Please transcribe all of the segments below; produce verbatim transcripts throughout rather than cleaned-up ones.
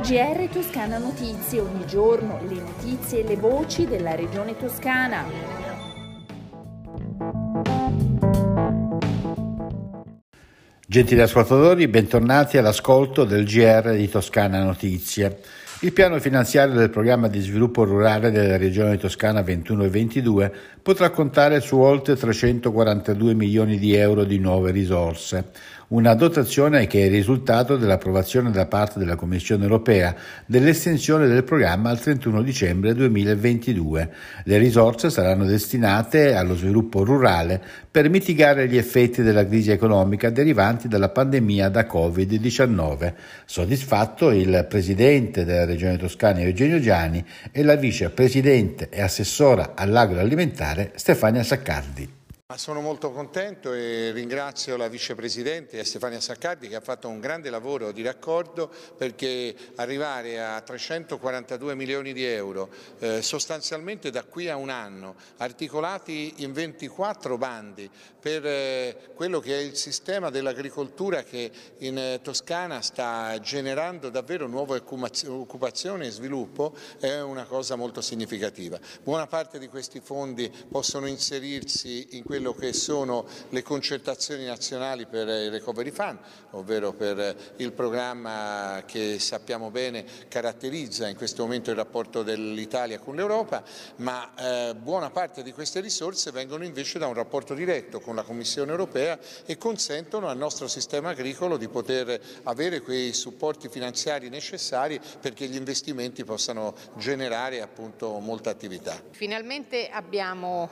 G R Toscana Notizie, ogni giorno le notizie e le voci della regione toscana. Gentili ascoltatori, bentornati all'ascolto del G R di Toscana Notizie. Il piano finanziario del programma di sviluppo rurale della regione toscana ventuno e ventidue potrà contare su oltre trecentoquarantadue milioni di euro di nuove risorse. Una dotazione che è il risultato dell'approvazione da parte della Commissione europea dell'estensione del programma al trentuno dicembre duemilaventidue. Le risorse saranno destinate allo sviluppo rurale per mitigare gli effetti della crisi economica derivanti dalla pandemia da covid diciannove. Soddisfatto il presidente della regione toscana Eugenio Giani e la vicepresidente e assessora all'agroalimentare Stefania Saccardi. Sono molto contento e ringrazio la vicepresidente Stefania Saccardi che ha fatto un grande lavoro di raccordo, perché arrivare a trecentoquarantadue milioni di euro eh, sostanzialmente da qui a un anno, articolati in ventiquattro bandi per eh, quello che è il sistema dell'agricoltura che in eh, Toscana sta generando davvero nuova occupazione e sviluppo, è una cosa molto significativa. Buona parte di questi fondi possono inserirsi in quello che sono le concertazioni nazionali per il Recovery Fund, ovvero per il programma che sappiamo bene caratterizza in questo momento il rapporto dell'Italia con l'Europa, ma eh, buona parte di queste risorse vengono invece da un rapporto diretto con la Commissione europea e consentono al nostro sistema agricolo di poter avere quei supporti finanziari necessari perché gli investimenti possano generare appunto molta attività. Finalmente abbiamo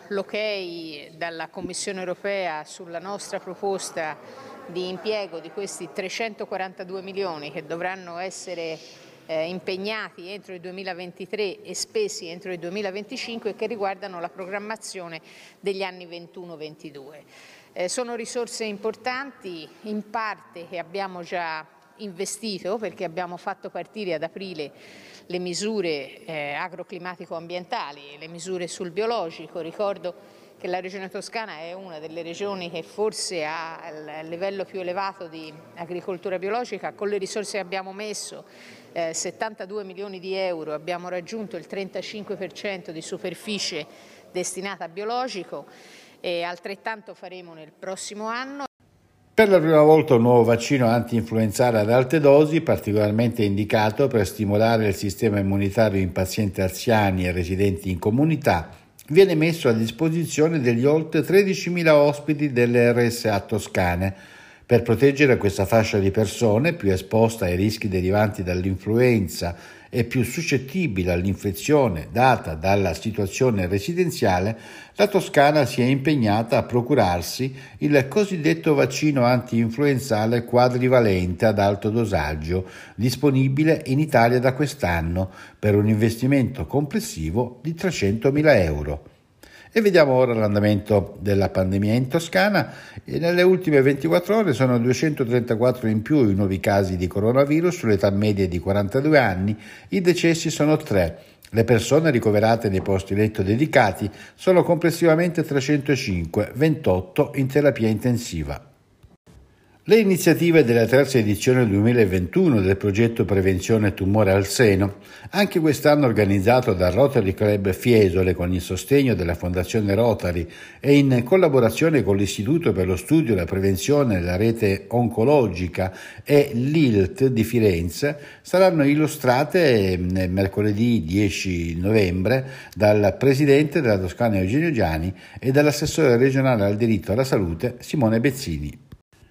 l'ok dalla Commissione europea sulla nostra proposta di impiego di questi trecentoquarantadue milioni che dovranno essere eh, impegnati entro il duemilaventitré e spesi entro il duemilaventicinque e che riguardano la programmazione degli anni ventuno ventidue. Eh, sono risorse importanti, in parte che abbiamo già investito perché abbiamo fatto partire ad aprile le misure eh, agroclimatico-ambientali e le misure sul biologico. Ricordo che la regione toscana è una delle regioni che forse ha il livello più elevato di agricoltura biologica. Con le risorse che abbiamo messo, eh, settantadue milioni di euro, abbiamo raggiunto il trentacinque per cento di superficie destinata a biologico e altrettanto faremo nel prossimo anno. Per la prima volta un nuovo vaccino anti-influenzale ad alte dosi, particolarmente indicato per stimolare il sistema immunitario in pazienti anziani e residenti in comunità, viene messo a disposizione degli oltre tredicimila ospiti delle R S A toscane per proteggere questa fascia di persone più esposta ai rischi derivanti dall'influenza e più suscettibile all'infezione data dalla situazione residenziale. La Toscana si è impegnata a procurarsi il cosiddetto vaccino anti-influenzale quadrivalente ad alto dosaggio, disponibile in Italia da quest'anno per un investimento complessivo di trecentomila euro. E vediamo ora l'andamento della pandemia in Toscana. E nelle ultime ventiquattro ore sono duecentotrentaquattro in più i nuovi casi di coronavirus sull'età media di quarantadue anni, i decessi sono tre. Le persone ricoverate nei posti letto dedicati sono complessivamente trecentocinque, ventotto in terapia intensiva. Le iniziative della terza edizione duemilaventuno del progetto Prevenzione Tumore al Seno, anche quest'anno organizzato dal Rotary Club Fiesole con il sostegno della Fondazione Rotary e in collaborazione con l'Istituto per lo Studio e la Prevenzione della Rete Oncologica e l'I L T di Firenze, saranno illustrate mercoledì dieci novembre dal Presidente della Toscana Eugenio Giani e dall'assessore regionale al diritto alla salute Simone Bezzini.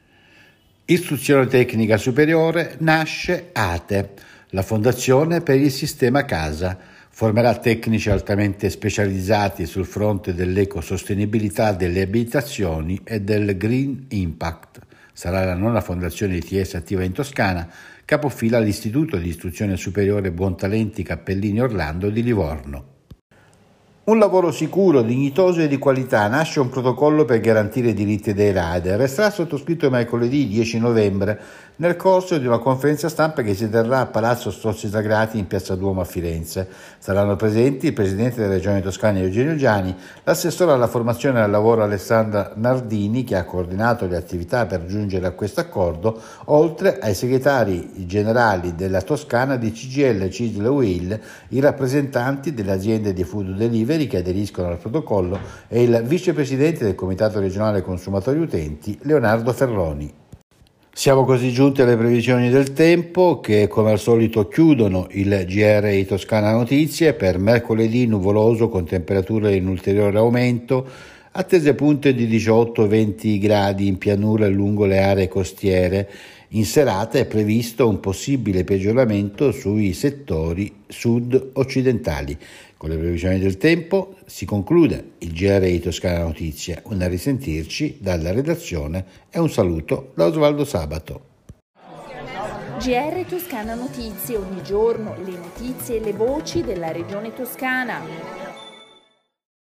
Istruzione tecnica superiore, nasce A T E, la Fondazione per il Sistema Casa. Formerà tecnici altamente specializzati sul fronte dell'ecosostenibilità delle abitazioni e del Green Impact. Sarà la nona fondazione I T S attiva in Toscana, capofila all'Istituto di Istruzione Superiore Buontalenti Cappellini Orlando di Livorno. Un lavoro sicuro, dignitoso e di qualità. Nasce un protocollo per garantire i diritti dei rider. Sarà sottoscritto mercoledì dieci novembre nel corso di una conferenza stampa che si terrà a Palazzo Strozzi Sagrati in Piazza Duomo a Firenze. Saranno presenti il Presidente della Regione Toscana Eugenio Giani, l'assessore alla formazione e al lavoro Alessandra Nardini, che ha coordinato le attività per giungere a questo accordo, oltre ai segretari generali della Toscana di C G I L, C I S L e U I L, i rappresentanti delle aziende di food delivery che aderiscono al protocollo e il vicepresidente del Comitato regionale consumatori utenti Leonardo Ferroni. Siamo così giunti alle previsioni del tempo che come al solito chiudono il G R I Toscana Notizie. Per mercoledì nuvoloso con temperature in ulteriore aumento, attese punte di diciotto venti gradi in pianura e lungo le aree costiere. In serata è previsto un possibile peggioramento sui settori sud-occidentali. Con le previsioni del tempo si conclude il G R I Toscana Notizie. Un a risentirci dalla redazione e un saluto da Osvaldo Sabato. G R Toscana Notizie, ogni giorno le notizie e le voci della regione toscana.